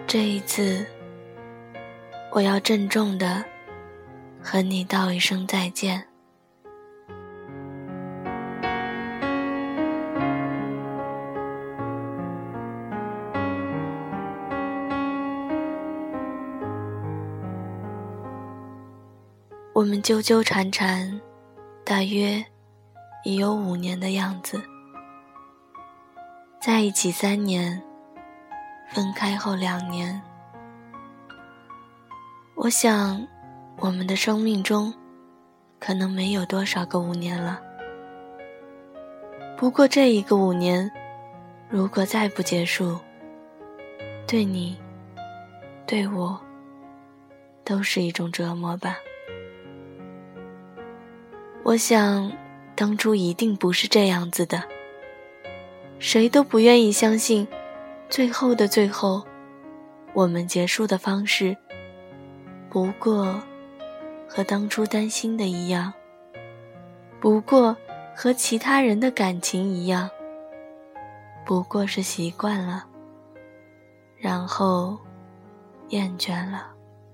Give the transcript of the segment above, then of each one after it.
这一次，我要郑重地和你道一声再见。我们纠纠缠缠，大约已有5年的样子。在一起3年，分开后2年。我想，我们的生命中可能没有多少个5年了。不过这一个5年，如果再不结束，对你，对我，都是一种折磨吧。我想，当初一定不是这样子的。谁都不愿意相信，最后的最后，我们结束的方式，不过和当初担心的一样，不过和其他人的感情一样，不过是习惯了，然后厌倦了。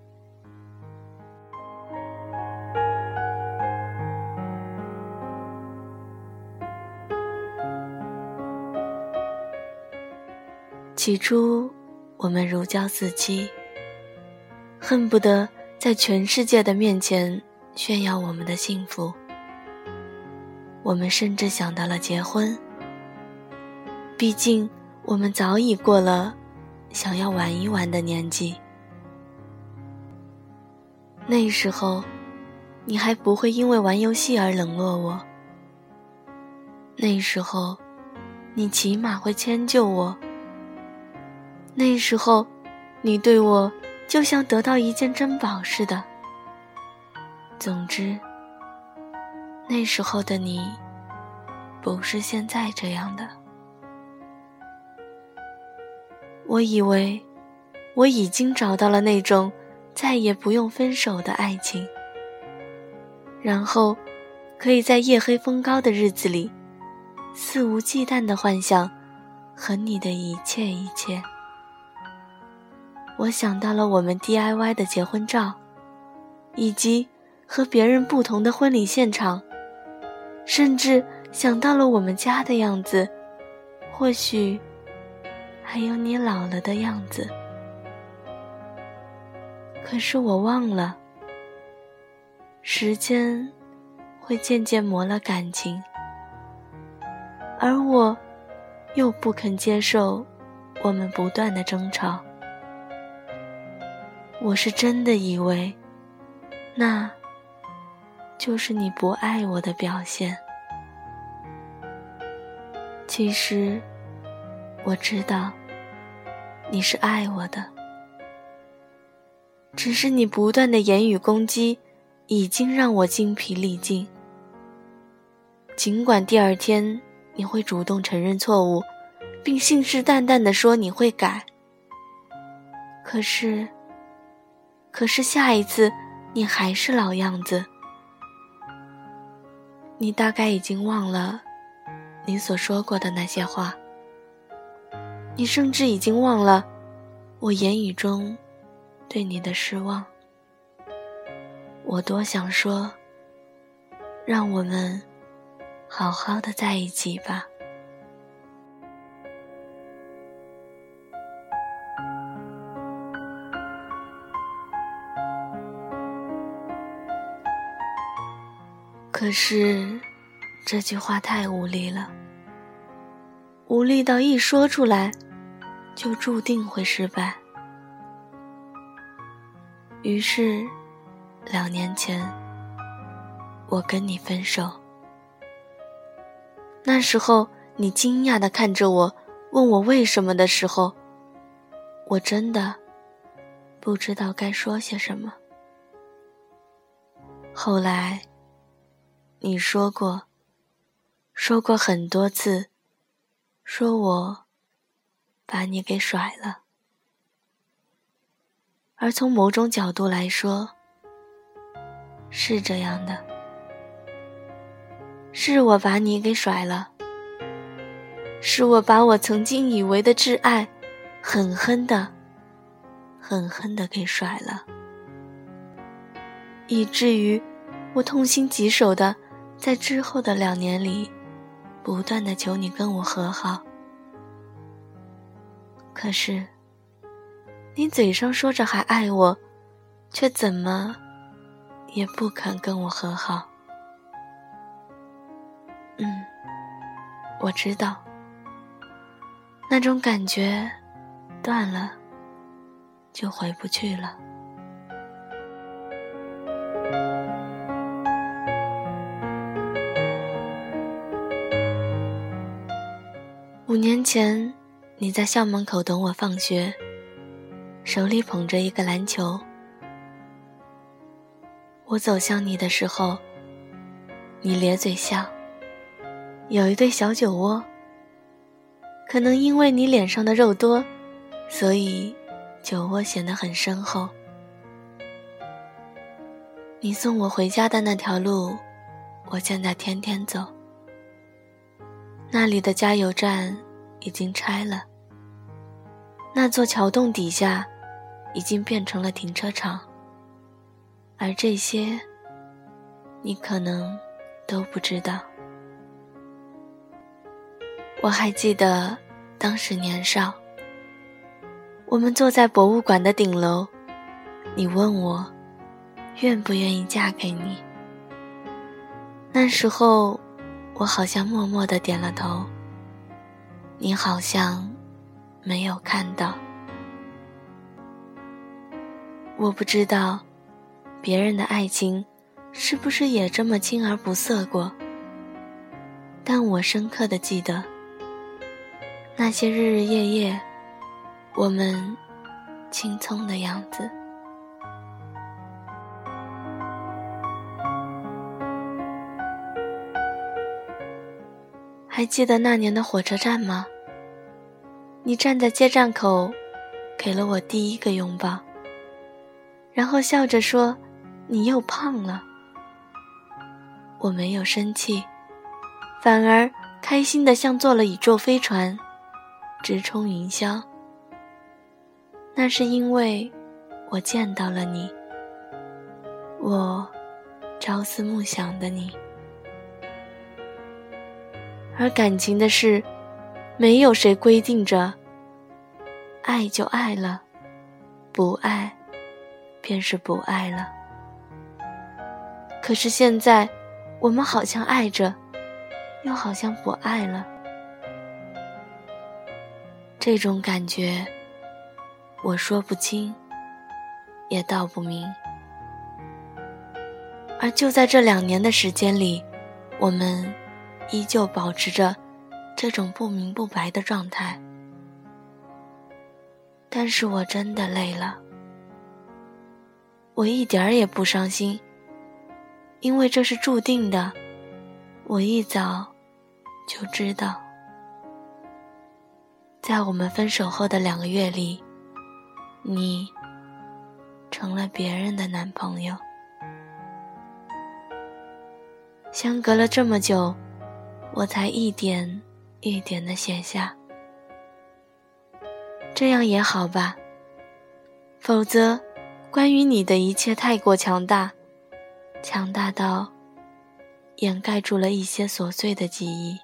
起初，我们如胶似漆，恨不得在全世界的面前炫耀我们的幸福。我们甚至想到了结婚，毕竟我们早已过了想要玩一玩的年纪。那时候，你还不会因为玩游戏而冷落我。那时候，你起码会迁就我。那时候，你对我就像得到一件珍宝似的。总之，那时候的你，不是现在这样的。我以为，我已经找到了那种再也不用分手的爱情，然后可以在夜黑风高的日子里，肆无忌惮地幻想和你的一切一切。我想到了我们 DIY 的结婚照，以及和别人不同的婚礼现场，甚至想到了我们家的样子，或许还有你老了的样子。可是我忘了，时间会渐渐磨了感情，而我又不肯接受我们不断的争吵。我是真的以为，那就是你不爱我的表现。其实，我知道，你是爱我的，只是你不断的言语攻击，已经让我精疲力尽。尽管第2天你会主动承认错误，并信誓旦旦地说你会改，可是下一次你还是老样子。你大概已经忘了你所说过的那些话，你甚至已经忘了我言语中对你的失望。我多想说，让我们好好的在一起吧。可是，这句话太无力了，无力到一说出来，就注定会失败。于是，2年前，我跟你分手。那时候，你惊讶地看着我，问我为什么的时候，我真的不知道该说些什么。后来，你说过很多次，说我把你给甩了。而从某种角度来说，是这样的，是我把你给甩了，是我把我曾经以为的挚爱狠狠地狠狠地给甩了，以至于我痛心疾首地在之后的2年里不断地求你跟我和好。可是你嘴上说着还爱我，却怎么也不肯跟我和好。我知道，那种感觉断了就回不去了。5年前，你在校门口等我放学，手里捧着一个篮球。我走向你的时候，你咧嘴笑，有一对小酒窝。可能因为你脸上的肉多，所以酒窝显得很深厚。你送我回家的那条路，我现在天天走。那里的加油站已经拆了，那座桥洞底下已经变成了停车场，而这些你可能都不知道。我还记得当时年少，我们坐在博物馆的顶楼，你问我愿不愿意嫁给你。那时候我好像默默地点了头，你好像没有看到。我不知道别人的爱情是不是也这么轻而不涩过，但我深刻地记得那些日日夜夜我们青葱的样子。还记得那年的火车站吗？你站在接站口，给了我第一个拥抱，然后笑着说你又胖了。我没有生气，反而开心地像坐了一座飞船，直冲云霄。那是因为我见到了你，我朝思暮想的你。而感情的事，没有谁规定着爱就爱了，不爱便是不爱了。可是现在我们好像爱着，又好像不爱了。这种感觉我说不清也道不明。而就在这2年的时间里，我们依旧保持着这种不明不白的状态。但是我真的累了，我一点儿也不伤心，因为这是注定的，我一早就知道。在我们分手后的2个月里，你成了别人的男朋友。相隔了这么久，我才一点一点地写下。这样也好吧，否则关于你的一切太过强大，强大到掩盖住了一些琐碎的记忆。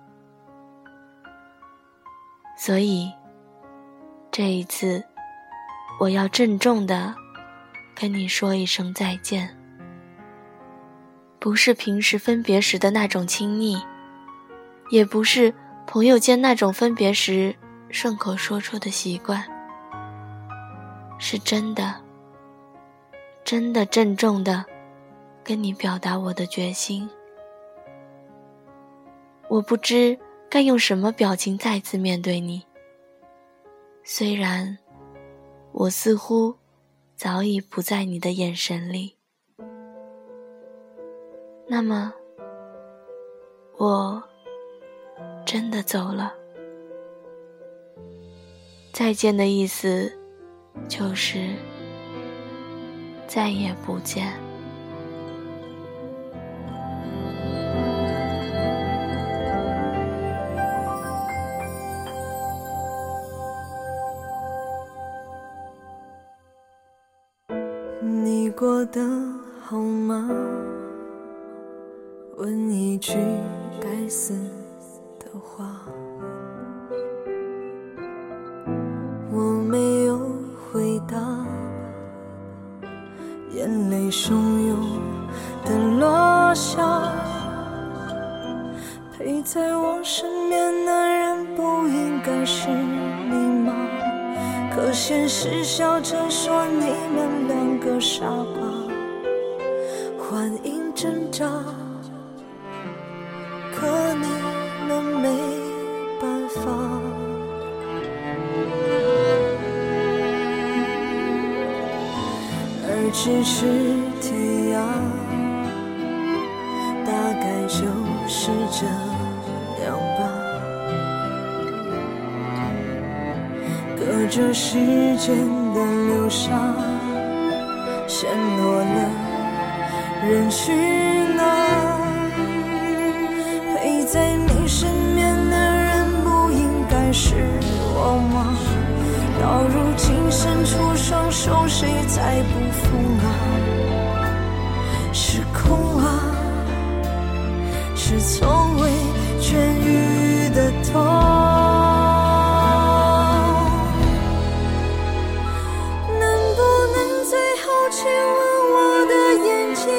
所以这一次我要郑重地跟你说一声再见。不是平时分别时的那种亲昵，也不是朋友间那种分别时顺口说出的习惯，是真的郑重地跟你表达我的决心。我不知该用什么表情再次面对你，虽然我似乎早已不在你的眼神里。那么我真的走了，再见的意思就是再也不见。 过得好吗？问一句该死的话。我没有回答，眼泪汹涌的落下。陪在我身边的人不应该是你吗？可现实笑着说你们两个傻瓜，欢迎挣扎，可你们没办法。而咫尺天涯，大概就是这样吧。隔着时间的流沙，陷落了人群啊。陪在你身边的人不应该是我吗？到如今伸出双手，谁才不疯啊？是空啊，是从未痊愈的痛。亲吻我的眼睛，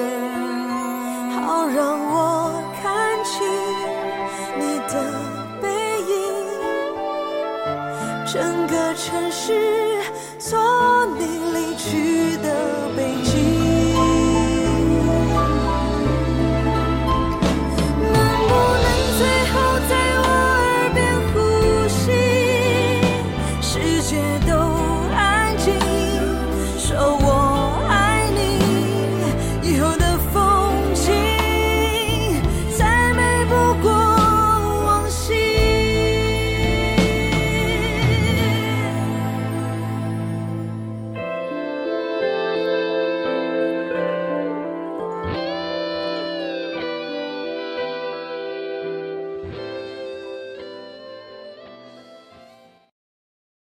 好让我看清你的背影。整个城市做你离去的背景。